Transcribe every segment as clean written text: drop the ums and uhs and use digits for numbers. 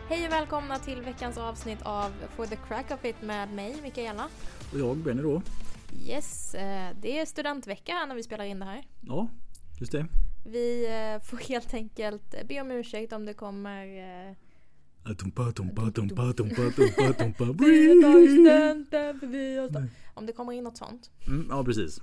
Hej och välkomna till veckans avsnitt av For the Crack of It med mig, Mikaela. Och jag, Benny då. Yes, det är studentvecka här när vi spelar in det här. Ja, just det. Vi får helt enkelt be om ursäkt om det kommer... Om det kommer in något sånt. Ja, precis.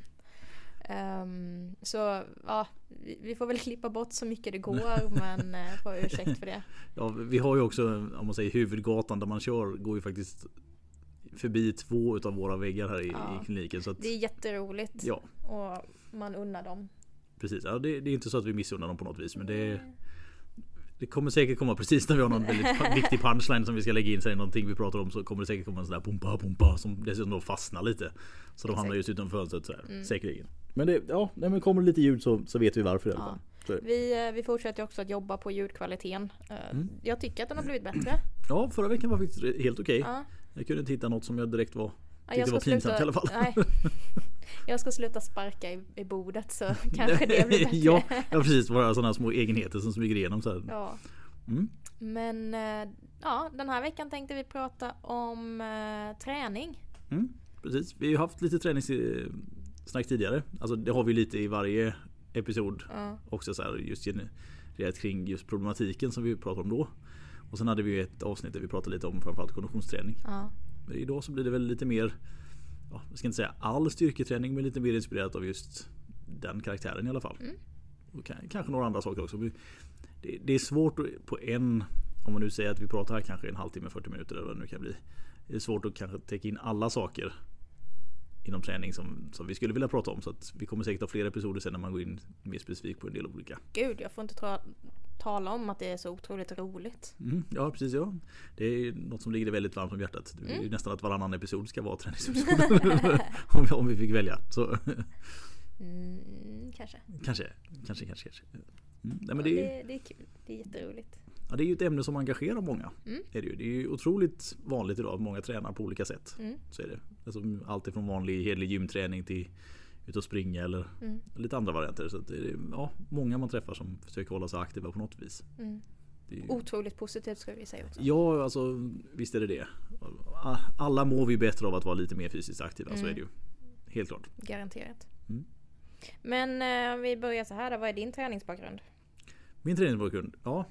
Så ja, vi får väl klippa bort så mycket det går, men får ursäkt för det. Ja, vi har ju också, om man säger huvudgatan där man kör, går ju faktiskt förbi 2 av våra väggar här i kliniken. Så att, det är jätteroligt. Ja. Och man unnar dem. Precis, ja, det är inte så att vi missunnar dem på något vis, men det kommer säkert komma precis när vi har någon väldigt viktig punchline som vi ska lägga in, säger någonting vi pratar om, så kommer det säkert komma en sån där pumpa som dessutom då fastnar lite. Så de hamnar just utanför fönstret så här, säkerligen. Men när det kommer lite ljud så vet vi varför i alla fall. Vi fortsätter också att jobba på ljudkvaliteten. Jag tycker att den har blivit bättre. Ja, förra veckan var faktiskt helt okej. Ja. Jag kunde inte hitta något som jag direkt var pinsamt i alla fall. Nej. Jag ska sluta sparka i bordet, så kanske det blir bättre. ja, precis. Bara sådana små egenheter som smyger igenom så här. Ja. Men den här veckan tänkte vi prata om träning. Precis. Vi har ju haft lite träningssnack tidigare. Alltså det har vi lite i varje episod också så här, just genererat kring just problematiken som vi pratade om då. Och sen hade vi ju ett avsnitt där vi pratade lite om framförallt konditionsträning. Men idag så blir det väl lite mer, jag ska inte säga all styrketräning, men lite mer inspirerat av just den karaktären i alla fall. Och kanske några andra saker också. Det är svårt på om man nu säger att vi pratar här kanske en halvtimme, 40 minuter eller vad det nu kan bli. Det är svårt att kanske täcka in alla saker inom träning som vi skulle vilja prata om, så att vi kommer säkert ha fler episoder sen när man går in mer specifikt på en del olika. Gud, jag får inte tala om att det är så otroligt roligt. Ja, precis. Ja. Det är något som ligger väldigt varmt om hjärtat. Det är ju nästan att varannan episod ska vara träningsepisod om vi fick välja. Så. Kanske. Nej, men det är kul. Det är jätteroligt. Ja, det är ju ett ämne som engagerar många. Det är ju otroligt vanligt idag att många tränar på olika sätt. Så är det. Alltså, allt ifrån vanlig hedlig gymträning till ut och springa eller lite andra varianter. Så att det är många man träffar som försöker hålla sig aktiva på något vis. Det är otroligt positivt, ska vi säga också. Ja, alltså visst är det. Alla mår vi bättre av att vara lite mer fysiskt aktiva, så är det ju. Helt klart. Garanterat. Men vi börjar så här då. Vad är din träningsbakgrund? Min träningsbakgrund? Ja.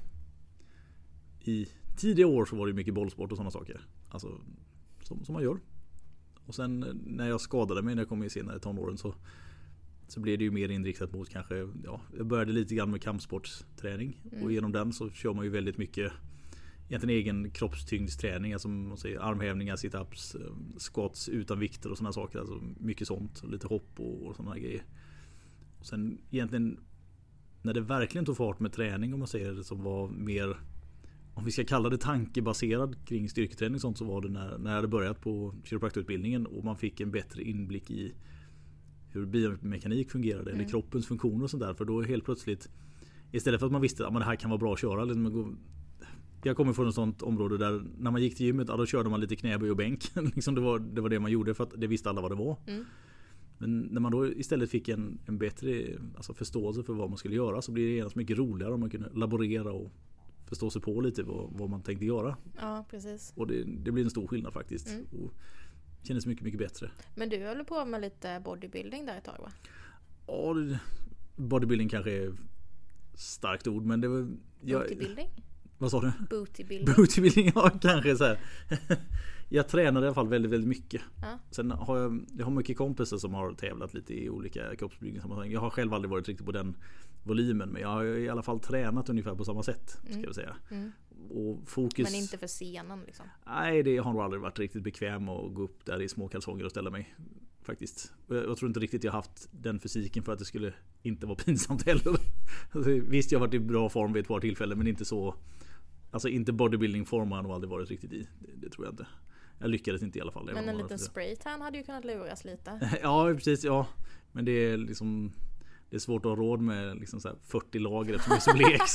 I tidiga år så var det mycket bollsport och sådana saker. Alltså som man gör. Och sen när jag skadade mig när jag kom i senare tonåren så blev det ju mer inriktat mot kanske, jag började lite grann med kampsportsträning. Och genom den så kör man ju väldigt mycket egentligen egen kroppstyngdsträning, alltså man säger armhävningar, sit-ups, squats utan vikter och sådana saker, alltså mycket sånt, lite hopp och sådana grejer. Och sen egentligen när det verkligen tog fart med träning, om man säger det, som var mer, om vi ska kalla det tankebaserad kring styrketräning och sånt, så var det när jag hade börjat på kiropraktorutbildningen och man fick en bättre inblick i hur biomekanik fungerade eller kroppens funktioner och sånt där. För då helt plötsligt, istället för att man visste att det här kan vara bra att köra, jag kommer från ett sånt område där när man gick till gymmet, då körde man lite knäböj och bänk. Liksom det var det man gjorde, för att det visste alla vad det var. Men när man då istället fick en bättre förståelse för vad man skulle göra, så blir det genast mycket roligare om man kunde laborera och förstå sig på lite vad man tänkte göra. Ja, precis. Och det blir en stor skillnad faktiskt. Och kändes mycket, mycket bättre. Men du håller på med lite bodybuilding där ett tag, va? Ja, bodybuilding kanske är starkt ord, men det var... Bootybuilding? Vad sa du? Bootybuilding, ja, kanske så här. Jag tränade i alla fall väldigt, väldigt mycket. Ja. Sen har jag har mycket kompisar som har tävlat lite i olika kroppsbyggningssammanhang. Jag har själv aldrig varit riktigt på den volymen, men jag har i alla fall tränat ungefär på samma sätt, ska jag säga. Och fokus... Men inte för scenen liksom? Nej, det har nog aldrig varit riktigt bekväm att gå upp där i små kalsonger och ställa mig, faktiskt. Jag tror inte riktigt jag har haft den fysiken för att det skulle inte vara pinsamt heller. Alltså, visst, jag har varit i bra form vid ett par tillfällen, men inte så... Alltså inte bodybuilding form har jag nog aldrig varit riktigt i. Det tror jag inte. Jag lyckades inte i alla fall. Men en liten spraytan hade ju kunnat luras lite. Ja, precis. Ja. Men det är liksom... Det är svårt att ha råd med liksom så här 40 lager som är så blek.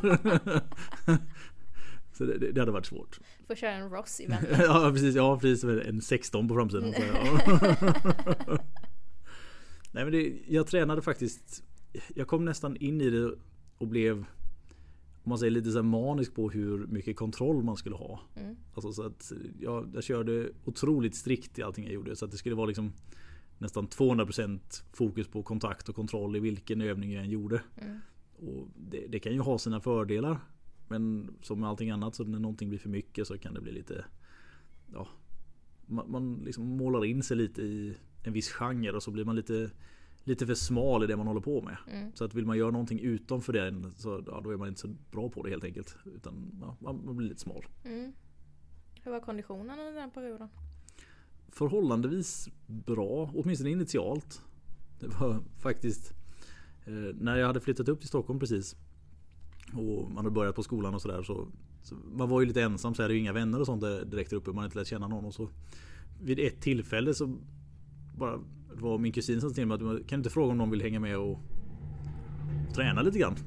Så det hade varit svårt. Får köra en Ross i väntan. Ja, precis. Ja, precis. En 16 på framsidan. Nej, men jag tränade faktiskt... Jag kom nästan in i det och blev... om man säger lite så här manisk på hur mycket kontroll man skulle ha. Alltså så att jag körde otroligt strikt i allting jag gjorde, så att det skulle vara liksom nästan 200% fokus på kontakt och kontroll i vilken övning jag än gjorde. Och det kan ju ha sina fördelar, men som med allting annat, så när någonting blir för mycket så kan det bli lite, ja, man liksom målar in sig lite i en viss genre och så blir man lite för smal i det man håller på med. Så att vill man göra någonting utanför det, så då är man inte så bra på det helt enkelt, utan man blir lite smal. Hur var konditionen under den perioden? Förhållandevis bra, åtminstone initialt. Det var faktiskt när jag hade flyttat upp till Stockholm precis, och man hade börjat på skolan och sådär, så man var ju lite ensam, så hade ju inga vänner och sånt där direkt uppe, man hade inte lärt känna någon, och så vid ett tillfälle så bara, det var min kusin som sa till mig att kan inte fråga om någon vill hänga med och träna lite grann.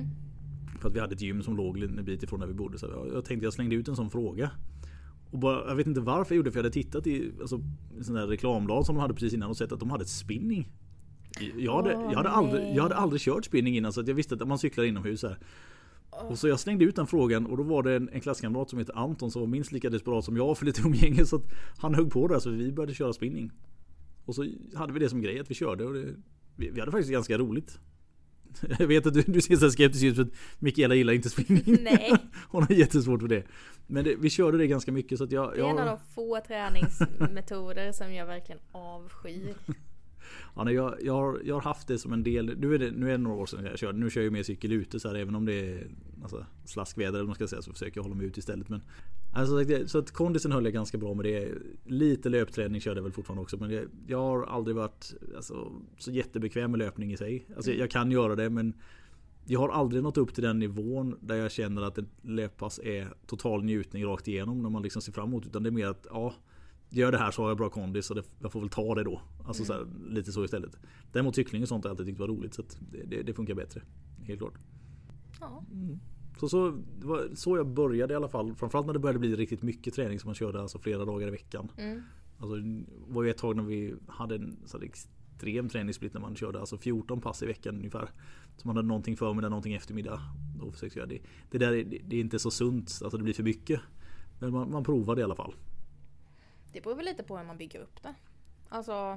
För att vi hade ett gym som låg en bit ifrån där vi bodde, så jag tänkte jag slängde ut en sån fråga. Och bara, jag vet inte varför jag gjorde, för jag hade tittat i en sån där reklamblad som de hade precis innan och sett att de hade ett spinning. Jag hade aldrig kört spinning innan, så att jag visste att man cyklar inomhus här. Och så jag slängde ut den frågan, och då var det en klasskamrat som heter Anton som var minst lika desperat som jag för lite umgänge, så att han högg på där, så vi började köra spinning. Och så hade vi det som grej att vi körde, och vi hade faktiskt ganska roligt. Jag vet att du ser så skeptisk ut, för att Mikaela gillar inte spinning. Nej. Hon har jättesvårt för det. Men vi körde det ganska mycket, så att jag... Det är en av de få träningsmetoder som jag verkligen avskyr. Ja, nej, jag har haft det som en del. Nu är det några år sedan jag körde. Nu kör jag mer cykel ute, så här, även om det är slaskväder eller vad man ska säga, så försöker jag hålla mig ut istället. Men alltså, så att kondisen höll jag ganska bra med det. Lite löpträning körde jag väl fortfarande också, men jag har aldrig varit så jättebekväm med löpning i sig. Alltså, jag kan göra det, men jag har aldrig nått upp till den nivån där jag känner att ett löppass är total njutning rakt igenom när man liksom ser fram emot, utan det är mer att gör det här så har jag bra kondis, så jag får väl ta det då. Alltså så här, lite så istället. Däremot cykling och sånt har jag alltid tyckt var roligt, så att det funkar bättre. Helt klart. Ja. Så det var så jag började i alla fall. Framförallt när det började bli riktigt mycket träning, som man körde alltså flera dagar i veckan. Alltså det var ju ett tag när vi hade en så extrem träningssplit när man körde alltså 14 pass i veckan ungefär. Så man hade någonting förmiddag, någonting eftermiddag. Då försökte jag det där det är inte så sunt, alltså det blir för mycket. Men man provade i alla fall. Det beror väl lite på hur man bygger upp det. Alltså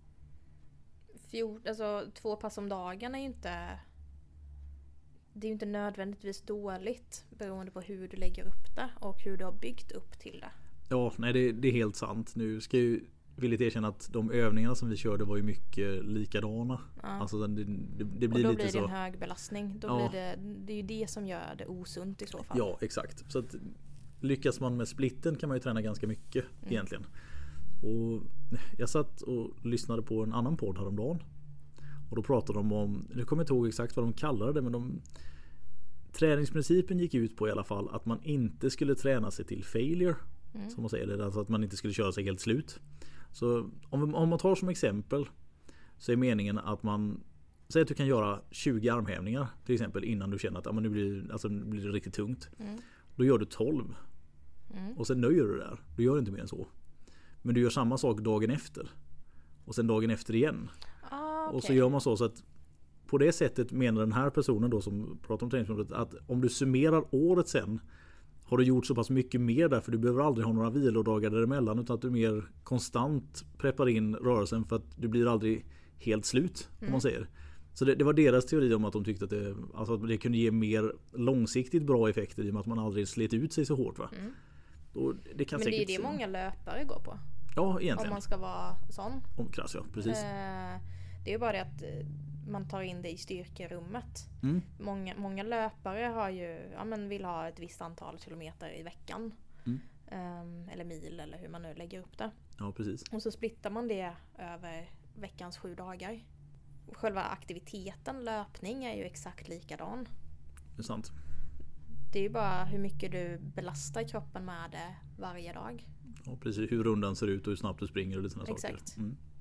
2 pass om dagen är ju inte... Det är ju inte nödvändigtvis dåligt, beroende på hur du lägger upp det och hur du har byggt upp till det. Ja, nej det är helt sant. Nu ska jag villigt erkänna att de övningarna som vi körde var ju mycket likadana. Ja. Alltså det blir och då lite blir det så. En hög belastning. Då blir det är ju det som gör det osunt i så fall. Ja, exakt. Så att lyckas man med splitten kan man ju träna ganska mycket egentligen. Och jag satt och lyssnade på en annan podd häromdagen. Och då pratade de om, nu kommer jag inte ihåg exakt vad de kallade det, men träningsprincipen gick ut på i alla fall att man inte skulle träna sig till failure, som man säger, eller alltså att man inte skulle köra sig helt slut. Så om man tar som exempel, så är meningen att man säger att du kan göra 20 armhävningar till exempel innan du känner att nu blir det riktigt tungt. Då gör du 12. Och sen nöjer du där. Du gör inte mer än så. Men du gör samma sak dagen efter. Och sen dagen efter igen. Okay. Och så gör man så att på det sättet menar den här personen då som pratar om träningsområdet att om du summerar året sen har du gjort så pass mycket mer där, för du behöver aldrig ha några vilodagar däremellan, utan att du mer konstant preppar in rörelsen, för att du blir aldrig helt slut, om man säger. Så det var deras teori om att de tyckte att det kunde ge mer långsiktigt bra effekter i och med att man aldrig slet ut sig så hårt, va? Och det kan men det är det många löpare går på. Ja, egentligen. Om man ska vara sån. Krass, ja, precis. Det är ju bara det att man tar in det i styrkerummet. Många löpare har ju, vill ha ett visst antal kilometer i veckan. Eller mil, eller hur man nu lägger upp det. Ja, precis. Och så splittar man det över veckans 7 dagar. Själva aktiviteten, löpning, är ju exakt likadan. Det är sant. Det är ju bara hur mycket du belastar kroppen med det varje dag. Ja, precis. Hur rundan ser ut och hur snabbt du springer och lite sådana saker. Exakt.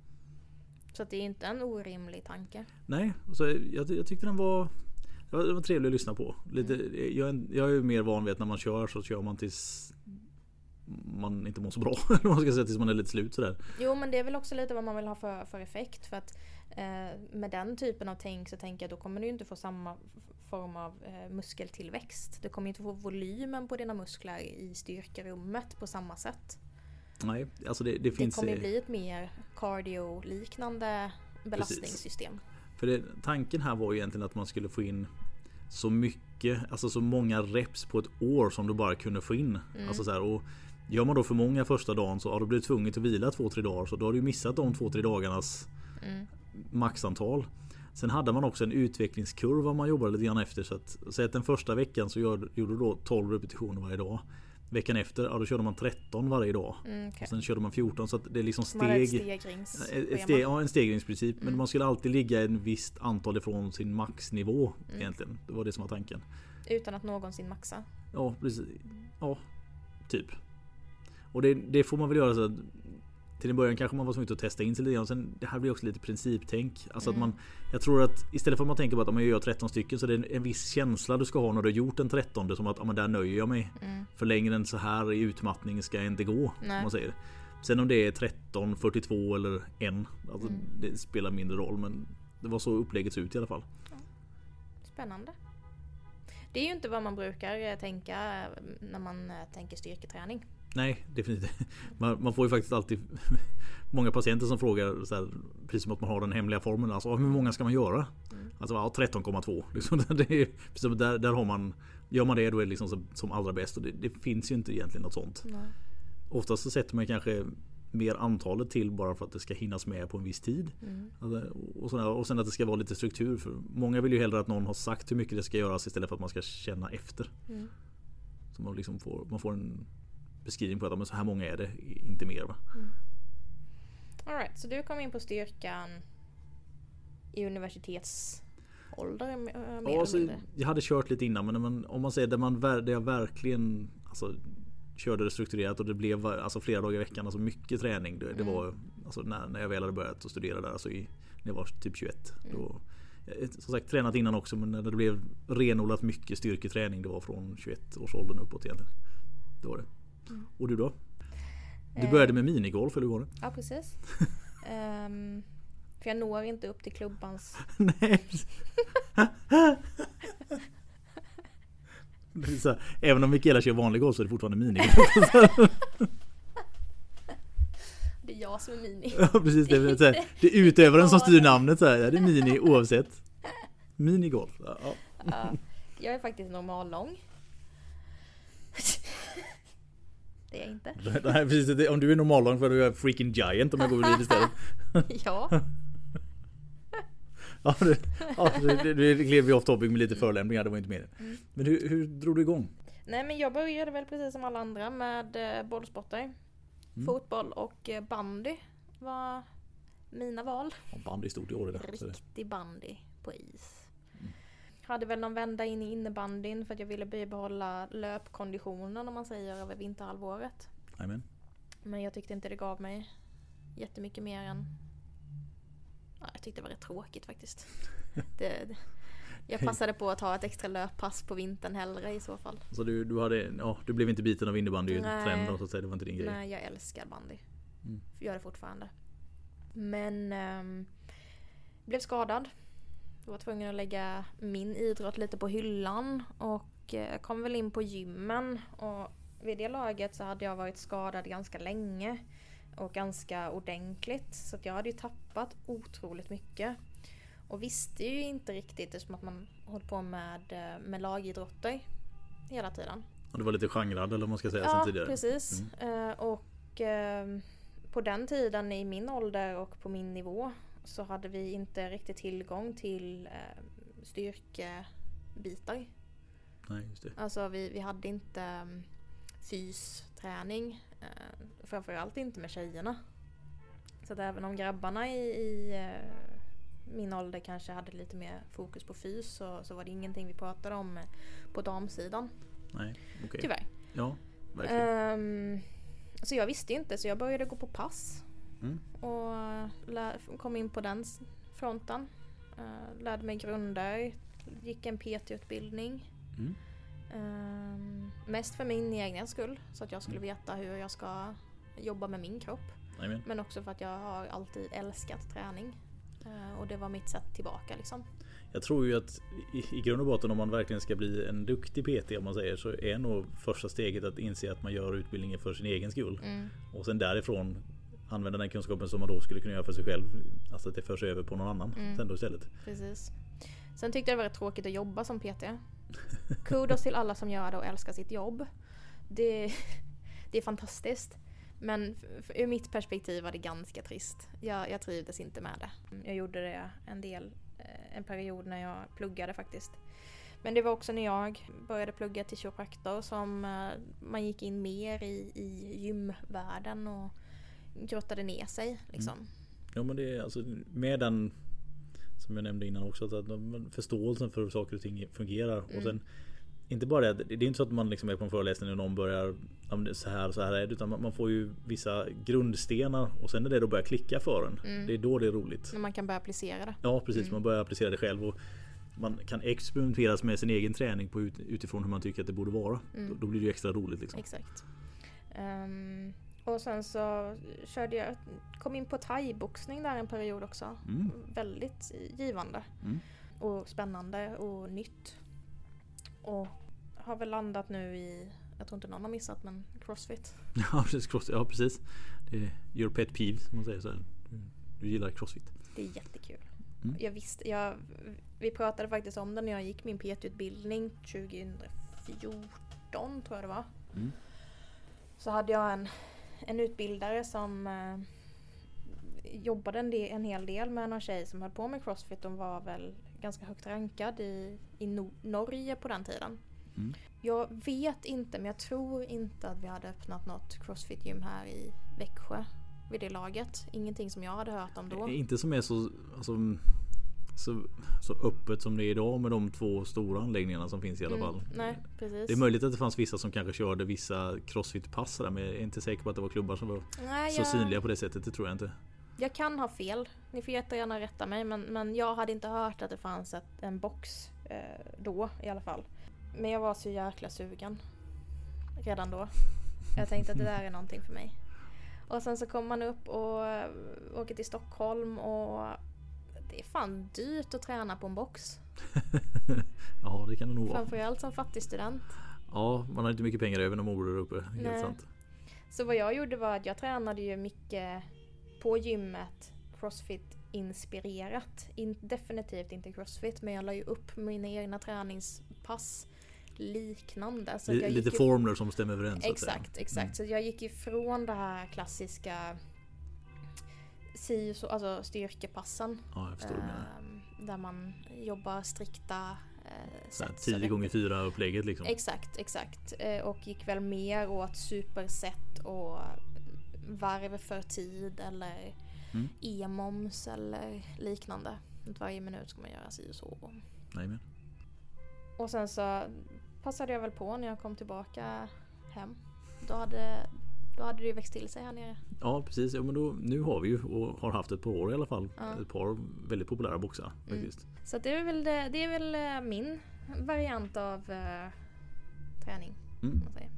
Så att det är inte en orimlig tanke. Nej, så jag tyckte det var trevligt att lyssna på. Lite, jag är ju mer van vid att när man kör man tills man inte mår så bra. Eller man ska säga, tills man är lite slut sådär. Jo, men det är väl också lite vad man vill ha för effekt. För att med den typen av tänk så tänker jag, då kommer du inte få samma form av muskeltillväxt. Du kommer inte få volymen på dina muskler i styrkerummet på samma sätt. Nej, alltså det finns... Det kommer bli ett mer cardio-liknande belastningssystem. Precis. För tanken här var ju egentligen att man skulle få in så mycket, alltså så många reps på ett år som du bara kunde få in. Alltså så här, och gör man då för många första dagen så har du blivit tvungen att vila 2-3 dagar, så då har du missat de 2-3 dagarnas maxantal. Sen hade man också en utvecklingskurva man jobbade lite grann efter, så att den första veckan så gjorde du då 12 repetitioner varje dag. Veckan efter, då körde man 13 varje dag. Och sen körde man 14, så att det är liksom en stegringsprincip. Men man skulle alltid ligga en visst antal ifrån sin maxnivå egentligen. Det var det som var tanken. Utan att någonsin maxa? Ja, precis. Ja, typ. Och det får man väl göra så att till en början kanske man var tvungen att testa in sig lite grann. Sen, det här blir också lite principtänk. Alltså att jag tror att istället för att man tänker på att om jag gör 13 stycken, så är det en viss känsla du ska ha när du har gjort en 13. Som att där nöjer jag mig. För längre än så här i utmattning ska jag inte gå. Man säger. Sen om det är 13, 42 eller 1. Alltså det spelar mindre roll. Men det var så upplägget såg ut i alla fall. Spännande. Det är ju inte vad man brukar tänka när man tänker styrketräning. Nej, definitivt. Man får ju faktiskt alltid många patienter som frågar så här, precis som att man har den hemliga formeln. Alltså, hur många ska man göra? Alltså 13,2. Liksom, det är, precis, där har man, gör man det, då är det liksom som allra bäst. Och det finns ju inte egentligen något sånt. Nej. Oftast så sätter man kanske mer antalet till bara för att det ska hinnas med på en viss tid. Alltså, och sen att det ska vara lite struktur. För många vill ju hellre att någon har sagt hur mycket det ska göras istället för att man ska känna efter. Så man liksom får en beskrivning på att men så här många är det, inte mer, va? All right, så du kom in på styrkan i universitetsålder mer eller mindre? Jag hade kört lite innan, men om man säger där jag verkligen alltså, körde det strukturerat och det blev alltså, flera dagar i veckan, alltså mycket träning. Det var alltså, när jag väl hade börjat att studera där, alltså när jag var typ 21. Då, som sagt, tränat innan också, men när det blev renodlat mycket styrketräning, det var från 21 års åldern uppåt egentligen. Det var det. Och du då? Du började med minigolf, eller hur var det? Ja, precis. För jag når inte upp till klubbans... Nej. Det är så, även om Mikaela kör vanlig golf så är det fortfarande minigolf. Det är jag som är mini. Ja, precis. Det är utövaren som styr namnet. Så här. Ja, det är mini oavsett. Minigolf. Ja. Jag är faktiskt normallång. Det är jag inte. Nej, precis. Om du är normallång får du är freaking giant om jag går vidare istället. Ja. Det gled vi off topic med lite förlämningar, det var inte mer. Men hur drog du igång? Nej, men jag började väl precis som alla andra med bollsporter. Fotboll och bandy var mina val. Bandy är stort i år. Riktig bandy på is. Hade väl någon vända in i innebandyn för att jag ville bibehålla löpkonditionen, om man säger, över vinterhalvåret. Amen. Men jag tyckte inte det gav mig jättemycket mer än... Ja, jag tyckte det var rätt tråkigt faktiskt. Jag passade på att ta ett extra löppass på vintern hellre i så fall. Så du blev inte biten av innebandy-trenden, så att säga, det var inte din grej? Nej, jag älskar bandy. Gör det fortfarande. Men blev skadad. Jag var tvungen att lägga min idrott lite på hyllan och kom väl in på gymmen. Och vid det laget så hade jag varit skadad ganska länge och ganska ordentligt. Så att jag hade ju tappat otroligt mycket. Och visste ju inte riktigt, eftersom att man håller på med lagidrotter hela tiden. Och det var lite genrad, eller vad man ska säga, sen tidigare. Ja, precis. Och på den tiden i min ålder och på min nivå så hade vi inte riktigt tillgång till styrkebitar. Nej, just det. Alltså vi hade inte fysträning, framförallt inte med tjejerna. Så att även om grabbarna i min ålder kanske hade lite mer fokus på fys, så var det ingenting vi pratade om på damsidan. Nej, okej. Tyvärr. Ja, verkligen. Så jag visste inte, så jag började gå på pass. Och kom in på den fronten. Lärde mig grunder. Gick en PT-utbildning. Mest för min egen skull. Så att jag skulle veta hur jag ska jobba med min kropp. Amen. Men också för att jag har alltid älskat träning. Och det var mitt sätt tillbaka liksom. Jag tror ju att i grund och botten om man verkligen ska bli en duktig PT om man säger, så är nog första steget att inse att man gör utbildningen för sin egen skull. Och sen därifrån använda den kunskapen som man då skulle kunna göra för sig själv. Alltså att det förs över på någon annan sen då istället. Precis. Sen tyckte jag det var tråkigt att jobba som PT. Kudos till alla som gör det och älskar sitt jobb. Det är fantastiskt. Men ur mitt perspektiv var det ganska trist. Jag trivdes inte med det. Jag gjorde det en period när jag pluggade faktiskt. Men det var också när jag började plugga till kiropraktor som man gick in mer i gymvärlden och grottade ner sig liksom. Ja, men det är alltså med den som jag nämnde innan också, att förståelsen för hur saker och ting fungerar. Och sen inte bara det är inte så att man liksom är på en föreläsning och någon börjar så här är det, utan man får ju vissa grundstenar och sen när det då börjar klicka för en. Det är då det är roligt. När man kan börja applicera det. Ja, precis. Man börjar applicera det själv och man kan experimentera med sin egen träning utifrån hur man tycker att det borde vara. Då blir det ju extra roligt liksom. Exakt. Och sen så kom in på thai-boxning där en period också. Väldigt givande. Och spännande och nytt. Och har väl landat nu i, jag tror inte någon har missat, men CrossFit. Ja, precis. Det är your pet peeve som man säger så här. Du gillar CrossFit. Det är jättekul. Vi pratade faktiskt om det när jag gick min PT-utbildning 2014 tror jag det var. Så hade jag en utbildare som jobbade en hel del med en tjej som höll på med CrossFit. De var väl ganska högt rankad i Norge på den tiden. Jag vet inte, men jag tror inte att vi hade öppnat något CrossFit-gym här i Växjö vid det laget. Ingenting som jag hade hört om då. Inte som är så öppet som det är idag med de 2 stora anläggningarna som finns i alla fall. Nej, precis. Det är möjligt att det fanns vissa som kanske körde vissa CrossFit-pass där, men jag är inte säker på att det var klubbar som var så synliga på det sättet. Det tror jag inte. Jag kan ha fel. Ni får jättegärna rätta mig, men jag hade inte hört att det fanns en box då i alla fall. Men jag var så jäkla sugen redan då. Jag tänkte att det där är någonting för mig. Och sen så kom man upp och åker till Stockholm och det är fan dyrt att träna på en box. Ja, det kan det nog vara. Framförallt som fattig student. Ja, man har inte mycket pengar över när man bor där uppe. Helt sant. Så vad jag gjorde var att jag tränade ju mycket på gymmet CrossFit-inspirerat. Definitivt inte CrossFit, men jag la ju upp mina egna träningspass liknande. Så lite formler som stämmer överens. Exakt. Så jag gick ifrån det här klassiska alltså styrkepassen. Ja, jag förstår där man jobbar strikta set. 10x4 upplägget liksom. Exakt. Och gick väl mer åt superset och varv för tid eller e-moms eller liknande. Varje minut ska man göra si och så. Nej, men. Och sen så passade jag väl på när jag kom tillbaka hem. Då hade det växt till sig här nere. Ja, precis. Ja, men nu har vi ju och har haft ett par år i alla fall. Ett par väldigt populära boxar faktiskt. Så det är väl min variant av träning. Man säger.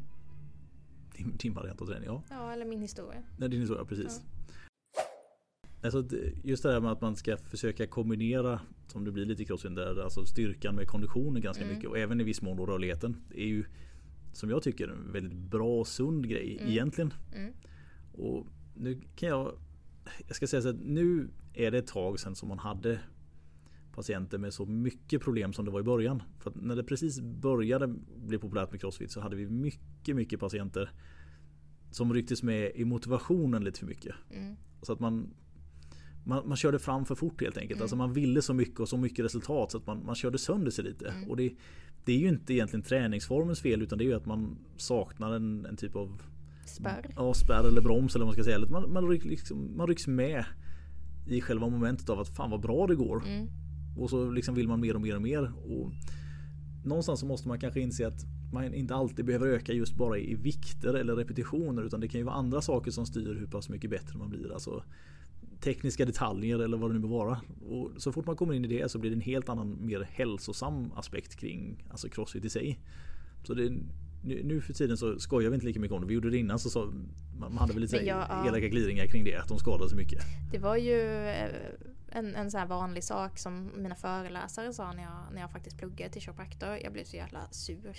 Din variant av träning, ja. Ja, eller min historia. Nej, din historia, precis. Alltså, just det här med att man ska försöka kombinera, som det blir lite i crossfit där, alltså styrkan med konditionen ganska mycket. Och även i viss mån då rörligheten. Det är ju, som jag tycker, en väldigt bra och sund grej egentligen. Och nu kan jag ska säga så att nu är det ett tag sedan som man hade patienter med så mycket problem som det var i början. För att när det precis började bli populärt med CrossFit så hade vi mycket patienter som rycktes med i motivationen lite för mycket. Så att man körde fram för fort helt enkelt. Alltså man ville så mycket och så mycket resultat så att man körde sönder sig lite. Och det är ju inte egentligen träningsformens fel, utan det är ju att man saknar en typ av spärr eller broms eller vad man ska säga. Man rycks med i själva momentet av att fan vad bra det går. Och så liksom vill man mer och mer och mer. Och någonstans så måste man kanske inse att man inte alltid behöver öka just bara i vikter eller repetitioner, utan det kan ju vara andra saker som styr hur pass mycket bättre man blir. Alltså tekniska detaljer eller vad det nu må vara. Och så fort man kommer in i det så blir det en helt annan, mer hälsosam aspekt kring alltså CrossFit i sig. Så nu för tiden så skojar vi inte lika mycket om det. Vi gjorde det innan man hade väl lite elaka gliringar kring det, att de skadade så mycket. Det var ju en så här vanlig sak som mina föreläsare sa när jag faktiskt pluggade till kiropraktor. Jag blev så jävla sur.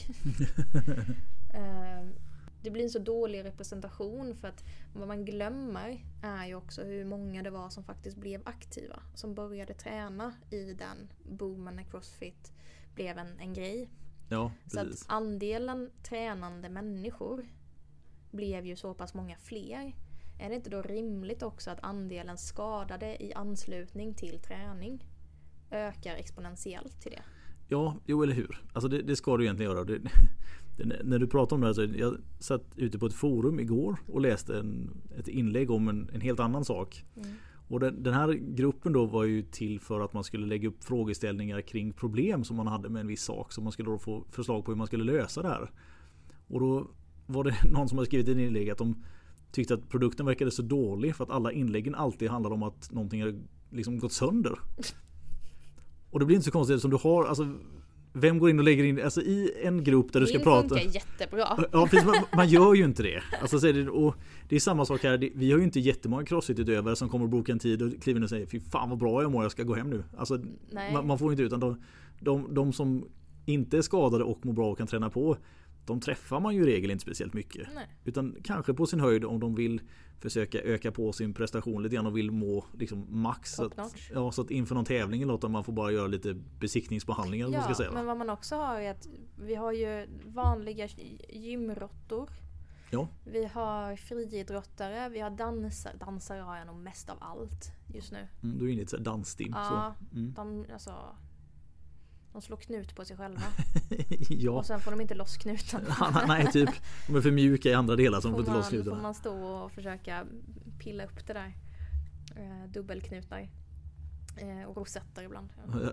Det blir en så dålig representation för att vad man glömmer är ju också hur många det var som faktiskt blev aktiva. Som började träna i den boomen när CrossFit blev en grej. Ja, så att andelen tränande människor blev ju så pass många fler. Är det inte då rimligt också att andelen skadade i anslutning till träning ökar exponentiellt till det? Ja, jo eller hur. Alltså det ska du egentligen göra. När du pratar om det här, så jag satt ute på ett forum igår och läste ett inlägg om en helt annan sak. Och den här gruppen då var ju till för att man skulle lägga upp frågeställningar kring problem som man hade med en viss sak. Så man skulle då få förslag på hur man skulle lösa det här. Och då var det någon som hade skrivit i ett inlägg att de tyckte att produkten verkade så dålig för att alla inläggen alltid handlar om att någonting har liksom gått sönder. Och det blir inte så konstigt som du har, alltså vem går in och lägger in, alltså i en grupp där du ska prata. Det funkar jättebra. Ja, precis, man gör ju inte det. Alltså, så är det, och det är samma sak här, vi har ju inte jättemånga crossfit-utövare som kommer och boka en tid och kliver in och säger fy fan vad bra jag mår, jag ska gå hem nu. Alltså, man får inte, utan de som inte är skadade och mår bra och kan träna på, de träffar man ju i regel inte speciellt mycket. Nej. Utan kanske på sin höjd om de vill försöka öka på sin prestation lite grann och vill må liksom max. Så att inför någon tävling låter man får bara göra lite besiktningsbehandlingar. Ja, ska säga. Men vad man också har är att vi har ju vanliga gymrottor. Ja. Vi har friidrottare, vi har dansare har jag nog mest av allt just nu. Du är inne i ett dansstim. Ja, de slår knut på sig själva. Ja. Och sen får de inte loss knuten. Nej, typ. De är för mjuka i andra delar som får inte loss knuten. Då får man stå och försöka pilla upp det där. Dubbelknutar. Och rosetter ibland.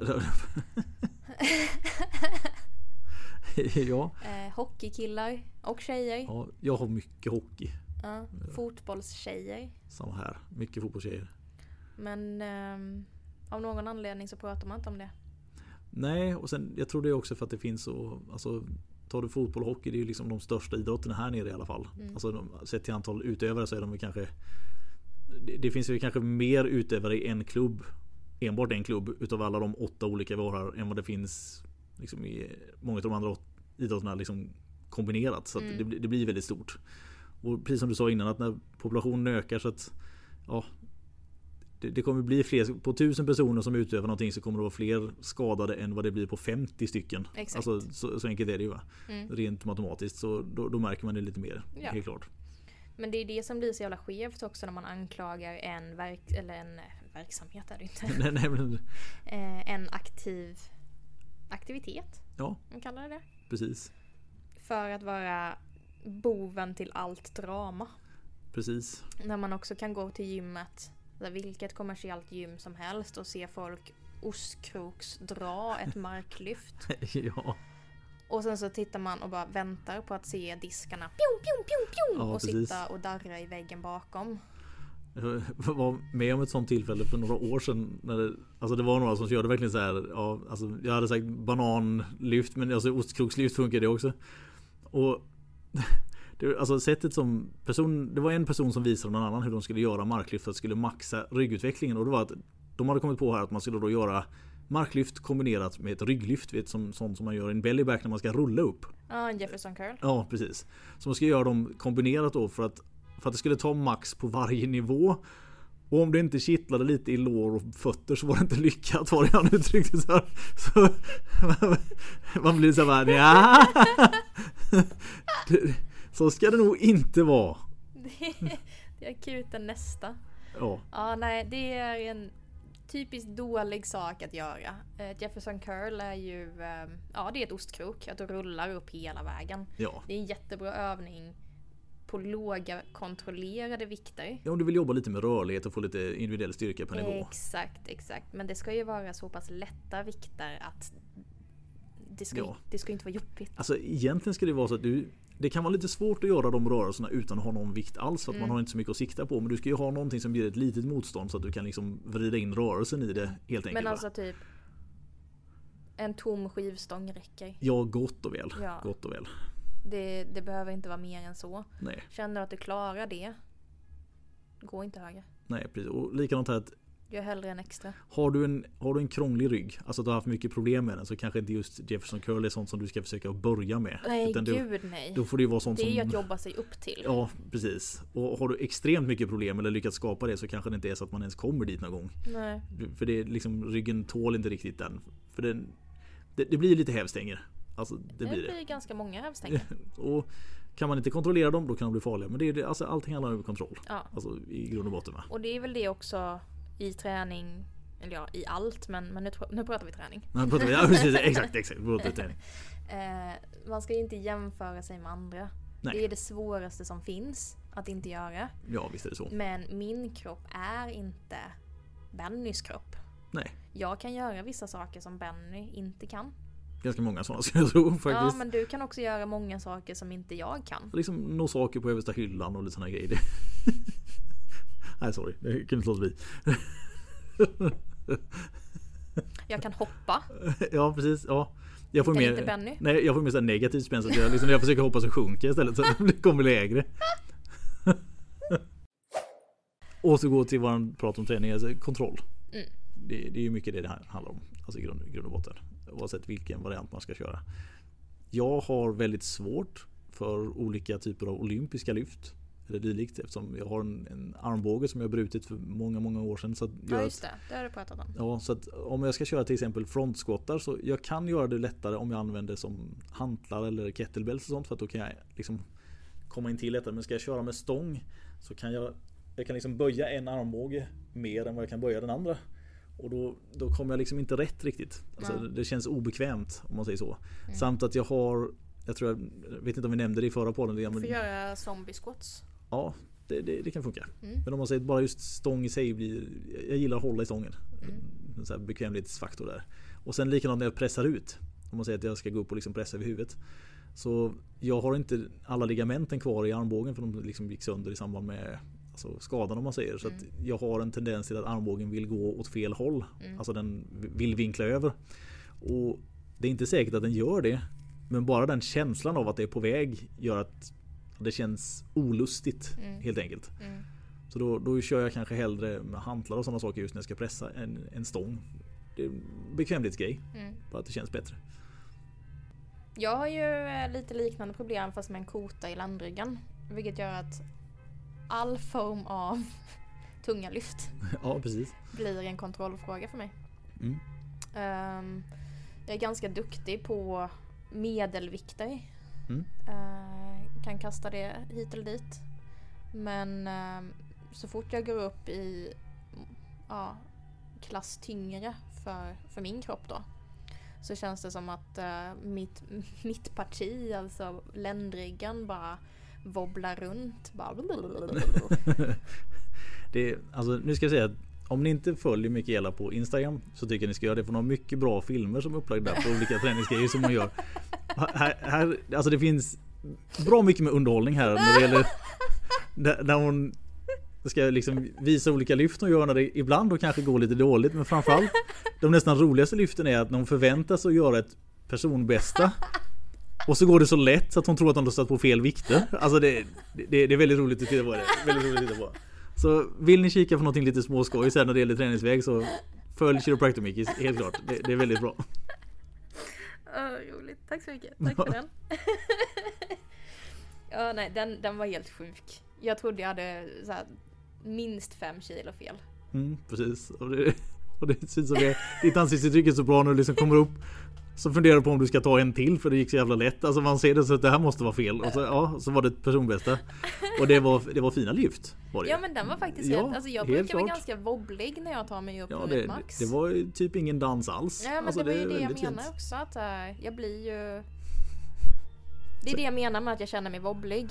Ja. Hockeykillar och tjejer. Ja, jag har mycket hockey. Ja, fotbollstjejer. Samma här. Mycket fotbollstjejer. Men av någon anledning så pratar man inte om det. Nej, och sen jag tror det är också för att det finns så, alltså tar du fotboll och hockey, det är ju liksom de största idrotterna här nere i alla fall. Alltså sett till antal utövare så är de kanske, det finns ju kanske mer utövare i en klubb, enbart en klubb utav alla de 8 olika vi har här än vad det finns liksom i många av de andra idrotterna liksom kombinerat, så att det blir väldigt stort. Och precis som du sa innan, att när populationen ökar så att ja, det kommer bli fler, på 1000 personer som utövar någonting så kommer det vara fler skadade än vad det blir på 50 stycken. Exakt. Alltså så enkelt är det ju, va? Rent matematiskt, så då märker man det lite mer, helt klart. Men det är det som blir så jävla skevt också när man anklagar en verksamhet är det inte. Nej, men en aktivitet. Ja. Man kallar det. Precis. För att vara boven till allt drama. Precis. När man också kan gå till gymmet, vilket kommersiellt gym som helst, och se folk ostkroksdra ett marklyft. Ja. Och sen så tittar man och bara väntar på att se diskarna pjong, pjong, pjong, pjong, och precis. sitta och darra i väggen bakom. Jag var med om ett sånt tillfälle för några år sedan när det var några som körde verkligen så här, ja, alltså jag hade sagt bananlyft, men alltså ostkrokslyft funkar det också. Och alltså sättet som det var en person som visade någon annan hur de skulle göra marklyft för att skulle maxa ryggutvecklingen, och det var att de hade kommit på här att man skulle då göra marklyft kombinerat med ett rygglyft, vet, sånt som man gör i en bellyback när man ska rulla upp. Ja, en Jefferson curl. Ja, precis. Så man ska göra dem kombinerat då för att det skulle ta max på varje nivå. Och om det inte kittlade lite i lår och fötter så var det inte lyckat, var det han uttryckte så här. Så man blir så här, ja. Så ska det nog inte vara. Det är akuten nästa. Ja. Ja, nej, det är en typiskt dålig sak att göra. Jefferson curl är ju, det är ett ostkrok. Att du rullar upp hela vägen. Ja. Det är en jättebra övning på låga kontrollerade vikter. Ja, om du vill jobba lite med rörlighet och få lite individuell styrka på nivå. Exakt. Men det ska ju vara så pass lätta vikter att det ska inte vara jobbigt. Alltså egentligen ska det vara så att det kan vara lite svårt att göra de rörelserna utan att ha någon vikt alls, för att man har inte så mycket att sikta på, men du ska ju ha någonting som ger ett litet motstånd så att du kan liksom vrida in rörelsen i det helt enkelt. Men alltså typ en tom skivstång räcker. Ja, gott och väl. Ja. Gott och väl. Det behöver inte vara mer än så. Nej. Känner du att du klarar det, gå inte högre. Nej, precis. Och likadant här att Gör hellre en extra. Har du en krånglig rygg, alltså du har haft mycket problem med den, så kanske inte just Jefferson curl är sånt som du ska försöka börja med. Nej, gud nej. Då får det ju vara sånt det är som... ju att jobba sig upp till. Ja, precis. Och har du extremt mycket problem eller lyckats skapa det, så kanske det inte är så att man ens kommer dit någon gång. Nej. För det är liksom, ryggen tål inte riktigt den. För det blir lite hävstänger. Alltså, det blir ganska många hävstänger. Och kan man inte kontrollera dem, då kan de bli farliga. Men alltså, allting handlar om kontroll. Ja. Alltså i grund och botten. Va? Och det är väl det också i träning, eller ja, i allt, men nu pratar vi träning. Ja, precis, exakt. Träning. Man ska inte jämföra sig med andra. Nej. Det är det svåraste som finns att inte göra. Ja, visst är det så. Men min kropp är inte Bennys kropp. Nej. Jag kan göra vissa saker som Benny inte kan. Ganska många sådana, ska jag tro, faktiskt. Ja, men du kan också göra många saker som inte jag kan. Liksom nå saker på översta hyllan och lite såna grejer. Nej, sorry. Det kunde slås vid. Jag kan hoppa. Ja, precis. Ja. Jag får inte Benny. Nej, jag får mer så negativt spänn, så att när jag försöker hoppa så sjunker jag istället, så att det kommer lägre. Återgå till vad han pratar om träning, alltså kontroll. Mm. Det är ju mycket det här handlar om, alltså i grund och botten. Oavsett vilken variant man ska köra. Jag har väldigt svårt för olika typer av olympiska lyft eller dylikt, eftersom jag har en armbåge som jag brutit för många år sedan. Så att ja, just det har du pratat om. Ja, så att om jag ska köra till exempel frontskottar, så jag kan göra det lättare om jag använder som hantlar eller kettlebells och sånt, för att då kan jag liksom komma in till lättare. Men ska jag köra med stång, så kan jag kan liksom böja en armbåge mer än vad jag kan böja den andra. Och då kommer jag liksom inte rätt riktigt. Alltså, det känns obekvämt, om man säger så. Mm. Samt att jag vet inte om vi nämnde det i förra podden. Du får göra zombie squats. Ja, det kan funka. Mm. Men om man säger bara just stång i sig jag gillar att hålla i stången. En sån här bekvämlighetsfaktor där. Och sen likadant när jag pressar ut. Om man säger att jag ska gå upp och liksom pressa över huvudet. Så jag har inte alla ligamenten kvar i armbågen, för de liksom gick sönder i samband med skadan, om man säger. Så att jag har en tendens till att armbågen vill gå åt fel håll. Alltså den vill vinkla över. Och det är inte säkert att den gör det. Men bara den känslan av att det är på väg gör att det känns olustigt, helt enkelt. Så då kör jag kanske hellre med hantlar och sådana saker just när jag ska pressa en stång. Det är en bekvämlighetsgrej. Bara att det känns bättre. Jag har ju lite liknande problem, fast med en kota i ländryggen. Vilket gör att all form av tunga lyft blir en kontrollfråga för mig. Jag är ganska duktig på medelvikter. Kan kasta det hit eller dit. Men så fort jag går upp i klass tyngre för min kropp då, så känns det som att mitt parti, alltså ländryggen, bara wobblar runt. Bara nu ska jag säga att om ni inte följer Mikaela på Instagram, så tycker jag ni ska göra det, för de har mycket bra filmer som är upplagda på olika träningsgrejer som hon gör. Här, alltså det finns bra mycket med underhållning här när det gäller när hon ska liksom visa olika lyft och göra, när det ibland då kanske går lite dåligt, men framförallt de nästan roligaste lyften är att när hon förväntas att göra ett personbästa och så går det så lätt så att hon tror att hon har stått på fel vikter. Alltså det är väldigt roligt att titta på det. Väldigt roligt att titta på. Så vill ni kika på någonting lite småskoj sen när det gäller träningsväg, så följ Chiropractor Mikis, helt klart. Det är väldigt bra. Roligt. Tack så mycket. Tack för den. Ja, nej, den var helt sjuk. Jag trodde jag hade så här, minst 5 kilo fel. Precis. Och det syns som ditt ansiktsuttryck är så bra när du liksom kommer upp. Så funderar du på om du ska ta en till, för det gick så jävla lätt. Alltså man ser det så att det här måste vara fel. Och så var det ett personbästa. Och det var fina lyft. Var det. Ja, men den var faktiskt rätt. Alltså jag brukar vara ganska wobblig när jag tar mig upp på max. Det var ju typ ingen dans alls. Ja, men alltså, det var ju det jag menar också. Att jag blir ju... Det är det jag menar med att jag känner mig wobblig.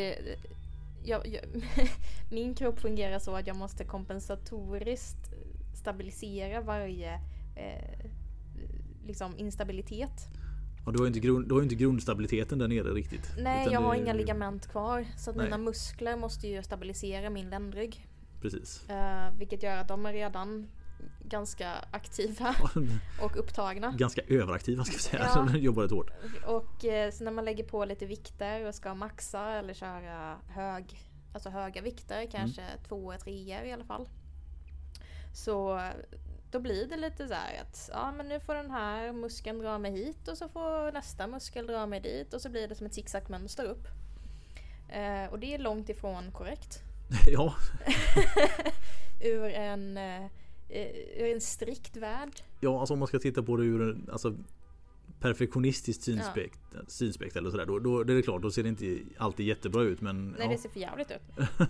Min kropp fungerar så att jag måste kompensatoriskt stabilisera varje liksom instabilitet. Ja, du har ju inte grundstabiliteten där nere riktigt. Nej, jag har inga ligament kvar, så att mina muskler måste ju stabilisera min ländrygg. Precis. Vilket gör att de är redan ganska aktiva och upptagna. Ganska överaktiva, ska vi säga. Ja. De jobbar rätt hårt. Och så när man lägger på lite vikter och ska maxa eller köra höga vikter, kanske 2-3 i alla fall, Så då blir det lite så här att men nu får den här muskeln dra mig hit och så får nästa muskel dra mig dit och så blir det som ett zigzagmönster upp. Och det är långt ifrån korrekt. Ja. ur en strikt värld. Ja, alltså om man ska titta på det ur perfektionistiskt synspekt eller sådär, då är det klart, då ser det inte alltid jättebra ut, men nej, det ser för jävligt ut.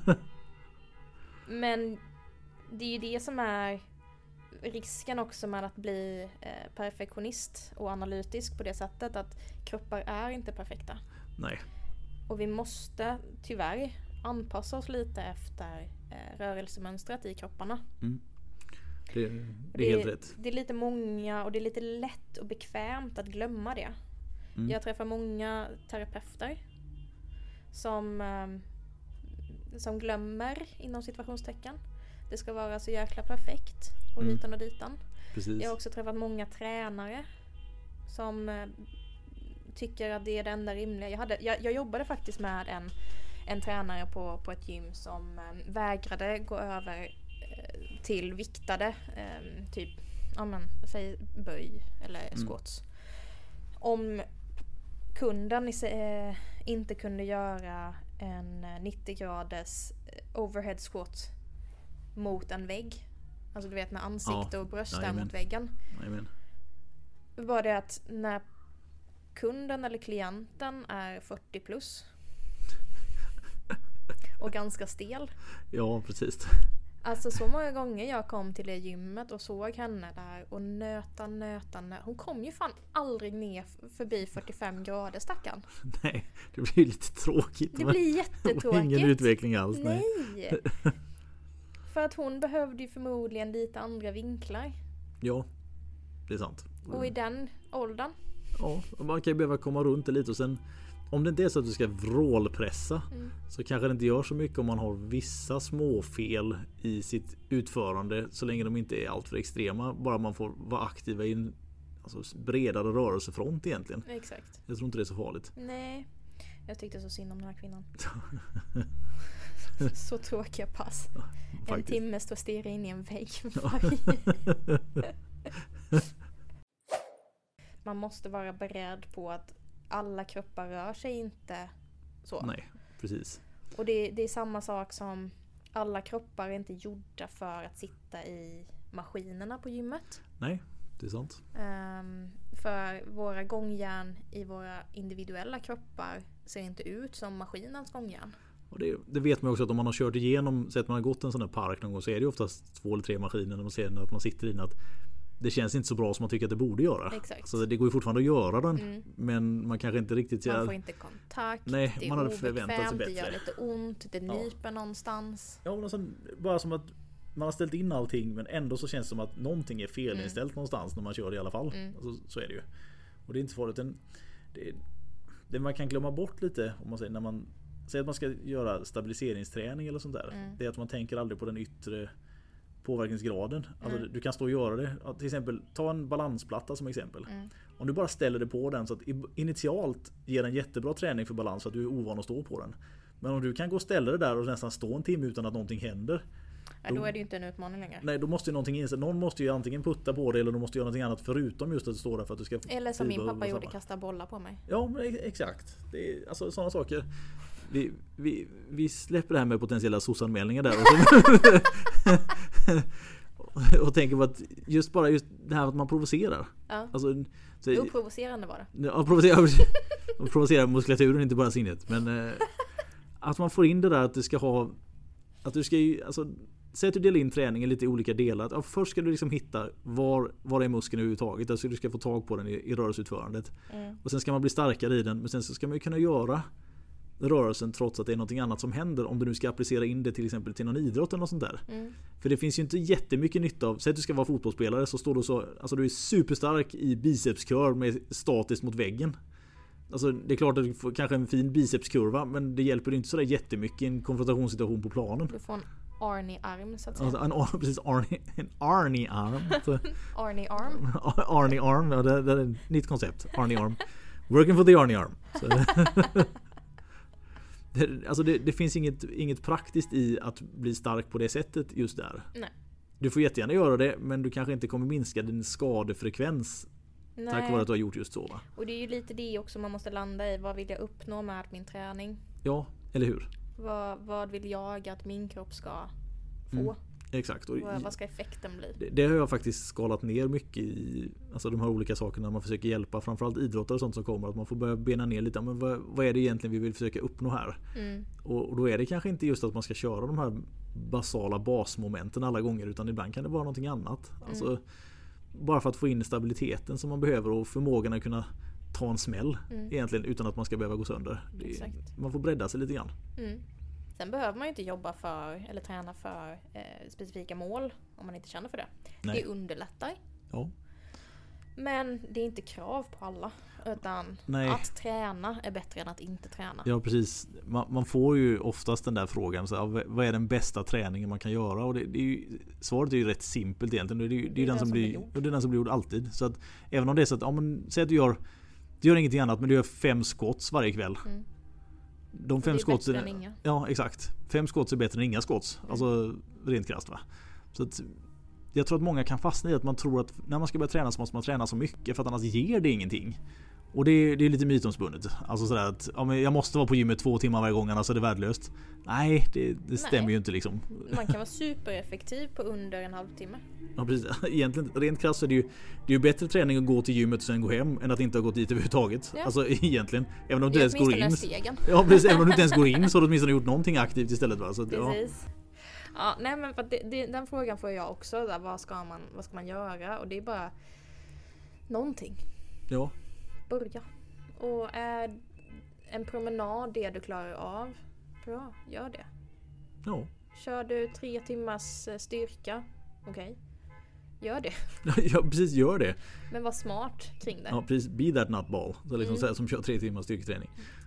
Men det är ju det som är risken också med att bli perfektionist och analytisk på det sättet, att kroppar är inte perfekta. Nej. Och vi måste tyvärr anpassa oss lite efter rörelsemönstret i kropparna. Det är helt rätt. Det är lite många och det är lite lätt och bekvämt att glömma det. Jag träffar många terapeuter som glömmer inom situationstecken. Det ska vara så jäkla perfekt och hitan och ditan. Precis. Jag har också träffat många tränare som tycker att det är det enda rimliga. Jag jobbade faktiskt med en tränare på ett gym som vägrade gå över till viktade typ säg böj eller squats. Om kunden inte kunde göra en 90 graders overhead squat mot en vägg, alltså du vet med ansikte och bröst där mot väggen. Var det att när kunden eller klienten är 40 plus och ganska stel. Ja, precis. Alltså så många gånger jag kom till det gymmet och såg henne där och nöta. Hon kom ju fan aldrig ner förbi 45 grader, stackarn. Nej, det blir lite tråkigt. Det blir jättetråkigt. Ingen utveckling alls. Nej. För att hon behövde ju förmodligen lite andra vinklar. Ja, det är sant. Och i den åldern. Ja, man kan ju behöva komma runt det lite och sen om det inte är så att du ska vrålpressa så kanske det inte gör så mycket om man har vissa små fel i sitt utförande så länge de inte är alltför extrema. Bara man får vara aktiva i en bredare rörelsefront egentligen. Exakt. Jag tror inte det är så farligt. Nej, jag tyckte så synd om den här kvinnan. Så tråkiga pass. Ja, en timme står stirra in i en vägg. Man måste vara beredd på att alla kroppar rör sig inte så. Nej, precis. Och det är samma sak som alla kroppar är inte gjorda för att sitta i maskinerna på gymmet. Nej, det är sant. För våra gångjärn i våra individuella kroppar ser inte ut som maskinens gångjärn. Och det vet man också att om man har kört igenom, så att man har gått en sån här park någon gång, så är det ju oftast 2 eller 3 maskiner när man ser att man sitter i den, att det känns inte så bra som man tycker att det borde göra. Exakt. Så det går ju fortfarande att göra den, men man kanske inte riktigt... Man får inte kontakt, nej, det är man hade förväntat sig bättre. Det gör lite ont, det nyper någonstans. Ja, och sen, bara som att man har ställt in allting, men ändå så känns det som att någonting är felinställt någonstans när man kör det i alla fall. Så är det ju. Och det är inte farligt. Det man kan glömma bort lite, om man säger, när man säger att man ska göra stabiliseringsträning eller sånt där, det är att man tänker aldrig på den yttre påverkningsgraden. Alltså du kan stå och göra det. Till exempel, ta en balansplatta som exempel. Om du bara ställer det på den så att initialt ger en jättebra träning för balans för att du är ovan att stå på den. Men om du kan gå och ställa det där och nästan stå en timme utan att någonting händer. Då är det ju inte en utmaning längre. Nej, då måste ju någonting inse. Någon måste ju antingen putta på det eller de måste göra någonting annat förutom just att stå där för att du ska... Eller som min pappa gjorde, kasta bollar på mig. Ja, men exakt. Det är, alltså sådana saker. Vi släpper det här med potentiella sossanmälningar där och tänker på att just det här att man provocerar. Ja. Alltså, provocerande var det. Ja, provocera muskulaturen, inte bara sinnet. Men att man får in det där att du ska ha... Att du ska ju... Alltså, säg att du delar in träningen i lite olika delar. Att, först ska du liksom hitta var är muskeln överhuvudtaget. Alltså du ska få tag på den i rörelseutförandet. Och sen ska man bli starkare i den. Men sen så ska man ju kunna göra rörelsen trots att det är någonting annat som händer, om du nu ska applicera in det till exempel till någon idrott eller något sånt där. För det finns ju inte jättemycket nytta av, säg att du ska vara fotbollsspelare, så står du så, alltså du är superstark i bicepskör med statiskt mot väggen. Alltså det är klart att du får kanske en fin bicepskurva, men det hjälper inte så där jättemycket i en konfrontationssituation på planen. Du får en Arnie-arm så att säga. Alltså, precis, en Arnie-arm. Arnie-arm. Arnie-arm, ja, det är ett nytt koncept. Arnie-arm. Working for the Arnie-arm. Alltså det finns inget praktiskt i att bli stark på det sättet just där. Nej. Du får jättegärna göra det, men du kanske inte kommer minska din skadefrekvens tack vare att du har gjort just så, va? Och det är ju lite det också man måste landa i. Vad vill jag uppnå med min träning? Ja, eller hur? Vad vill jag att min kropp ska få? Exakt. Och vad ska effekten bli? Det har jag faktiskt skalat ner mycket i, alltså de här olika sakerna man försöker hjälpa, framförallt idrottare och sånt som kommer, att man får börja bena ner lite, men vad är det egentligen vi vill försöka uppnå här? Och då är det kanske inte just att man ska köra de här basala basmomenten alla gånger, utan ibland kan det vara någonting annat. Alltså, bara för att få in stabiliteten som man behöver och förmågan att kunna ta en smäll egentligen utan att man ska behöva gå sönder. Man får bredda sig lite grann. Sen behöver man ju inte jobba för eller träna för specifika mål om man inte känner för det. Nej. Det underlättar. Ja. Men det är inte krav på alla, utan att träna är bättre än att inte träna. Ja, precis. Man får ju oftast den där frågan, så här, vad är den bästa träningen man kan göra? Och det är ju, svaret är ju rätt simpelt egentligen. Det är den som blir gjord alltid. Så att även om det är så att, säg att du gör ingenting annat, men du gör 5 squats varje kväll. De 5 squats är inga. Ja, exakt. 5 squats är bättre än inga squats. Alltså rent krasst, va? Så att jag tror att många kan fastna i att man tror att när man ska börja träna så måste man träna så mycket, för att annars ger det ingenting. Och det är lite mytomspunnet. Alltså sådär att jag måste vara på gymmet 2 timmar varje gång, annars är det värdelöst. Nej, det stämmer ju inte liksom. Man kan vara supereffektiv på under en halvtimme. Ja, precis. Egentligen, rent krasst så är det är ju bättre träning att gå till gymmet och sen gå hem än att inte ha gått dit överhuvudtaget. Ja. Alltså egentligen. Även om du ens går in. Ja, precis. Även om du inte ens går in så har du åtminstone gjort någonting aktivt istället, va? Så, precis. Ja, nej, men för den frågan får jag också. Där, vad ska man göra? Och det är bara någonting. Ja. Börja. Och är en promenad det du klarar av, bra, gör det. Ja. Kör du 3 timmars styrka, okej. Gör det. Ja, precis, gör det. Men var smart kring det. Ja, precis. Be that nutball. Så liksom som kör 3 timmars styrketräning.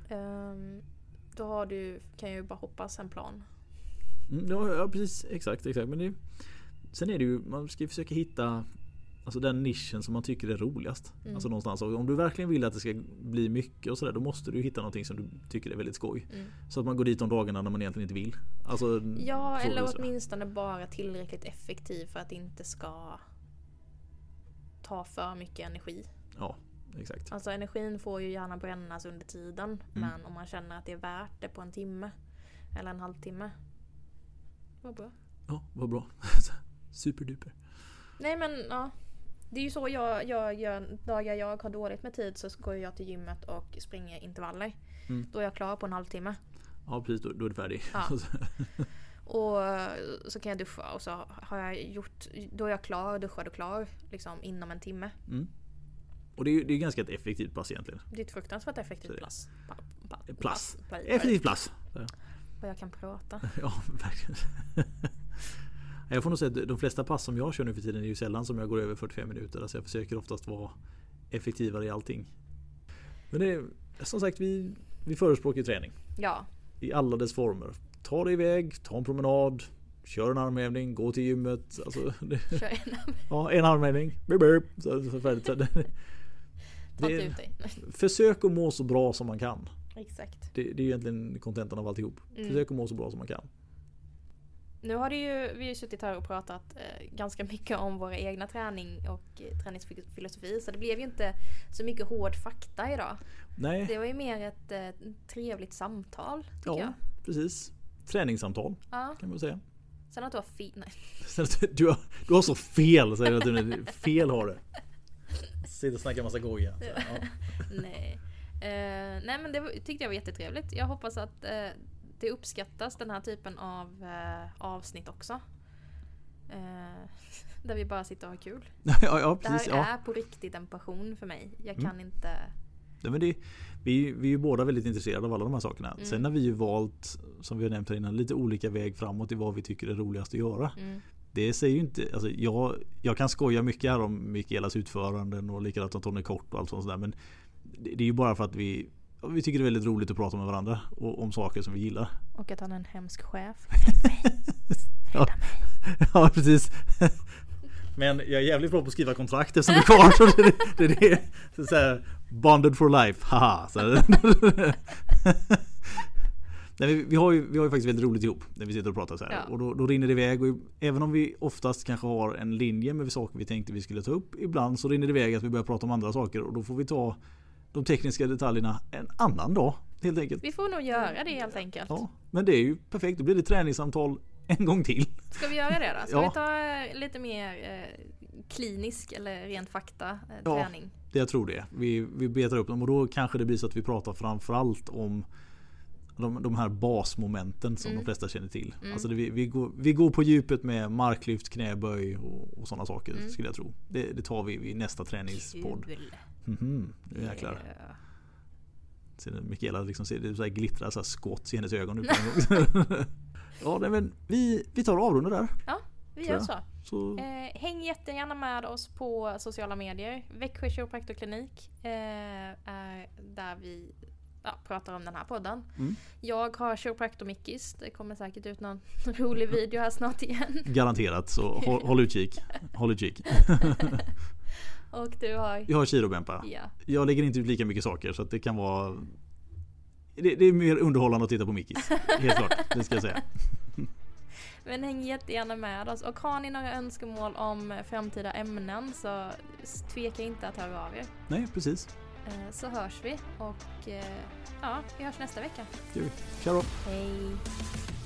Då kan jag ju bara hoppas en plan. Ja, precis. Exakt. Men sen är det ju, man ska försöka hitta alltså den nischen som man tycker är roligast. Alltså någonstans. Och om du verkligen vill att det ska bli mycket och sådär, då måste du hitta någonting som du tycker är väldigt skoj. Så att man går dit de dagarna när man egentligen inte vill. Alltså, ja, eller åtminstone bara tillräckligt effektiv för att det inte ska ta för mycket energi. Ja, exakt. Alltså energin får ju gärna brännas under tiden. Men om man känner att det är värt det på en timme eller en halvtimme, vad bra. Ja, vad bra. Superduper. Nej, men ja. Det är ju så jag gör. Dagar jag har dåligt med tid så går jag till gymmet och springer intervaller. Då är jag klar på en halvtimme. Ja, precis. Då är du färdig. Ja. Och så kan jag duscha och så har jag gjort, då är jag klar, duschad och klar liksom inom en timme. Och det är ganska ett effektivt pass egentligen. Det är ett fruktansvärt effektivt pass. Effektivt pass. Och jag kan prata. Ja, verkligen. Jag får nog säga att de flesta pass som jag kör nu för tiden är ju sällan som jag går över 45 minuter. Alltså jag försöker oftast vara effektivare i allting. Men det är som sagt, vi förespråkar träning. Ja. I alla dess former. Ta dig iväg, ta en promenad, kör en armhävning, gå till gymmet. Alltså, kör en armhävning. Ja, en armhävning. Så färdigt. Ta inte ut dig. Försök att må så bra som man kan. Exakt. Det är egentligen kontentan av alltihop. Försök att må så bra som man kan. Nu har vi har ju suttit här och pratat ganska mycket om våra egna träning och träningsfilosofi, så det blev ju inte så mycket hård fakta idag. Nej. Det var ju mer ett trevligt samtal, tycker jag. Ja, precis. Träningssamtal, kan man säga. Sen att du har fel. Nej. Du har så fel, säger du. Fel har du. Sitter och snackar massa goja. Ja. Nej. Nej, men det tyckte jag var jättetrevligt. Jag hoppas att det uppskattas, den här typen av avsnitt också. Där vi bara sitter och har kul. Ja, precis. Det här är på riktigt en passion för mig. Jag kan inte... Ja, men vi är ju båda väldigt intresserade av alla de här sakerna. Sen har vi ju valt, som vi har nämnt här innan, lite olika väg framåt i vad vi tycker är roligast att göra. Det säger ju inte... Alltså jag kan skoja mycket här om Mikaelas utföranden och likadant om Tony Kort och allt sånt där, men det är ju bara för att vi tycker det är väldigt roligt att prata med varandra och om saker som vi gillar. Och att han är en hemsk chef. Ja, precis. Men jag är jävligt bra på att skriva kontrakt eftersom det är kvar. Så det är så här, bonded for life. Haha. Så Nej, vi har ju faktiskt väldigt roligt ihop när vi sitter och pratar så här. Ja. Och då rinner det iväg. Och även om vi oftast kanske har en linje med saker vi tänkte vi skulle ta upp, ibland så rinner det iväg att vi börjar prata om andra saker. Och då får vi ta de tekniska detaljerna en annan dag helt enkelt. Vi får nog göra det helt enkelt. Ja, men det är ju perfekt. Då blir det träningssamtal en gång till. Ska vi göra det då? Ska vi ta lite mer klinisk eller rent fakta träning? Ja, jag tror det. Vi betar upp dem och då kanske det blir så att vi pratar framförallt om de här basmomenten som de flesta känner till. Alltså vi går på djupet med marklyft, knäböj och sådana saker skulle jag tro. Det tar vi vid nästa träningspodd. Nu jäklar. Yeah. Ser Mikaela liksom ser det så här glittrar så här skott i hennes ögon nu på en gång. Ja, men vi tar avrunda där. Ja, vi gör så. Häng jättegärna med oss på sociala medier. Växjö Kiropraktorklinik är där vi pratar om den här podden. Jag har Kiropraktor Mickis. Det kommer säkert ut någon rolig video här snart igen. Garanterat, så håll utkik. Håll utkik. Och du har? Jag har Kirobempa. Ja. Jag lägger inte ut lika mycket saker så att det kan vara... Det är mer underhållande att titta på Mickis. Helt klart, det ska jag säga. Men häng jättegärna med oss. Och har ni några önskemål om framtida ämnen så tveka inte att höra av er. Nej, precis. Så hörs vi. Och vi hörs nästa vecka. Ciao då. Hej.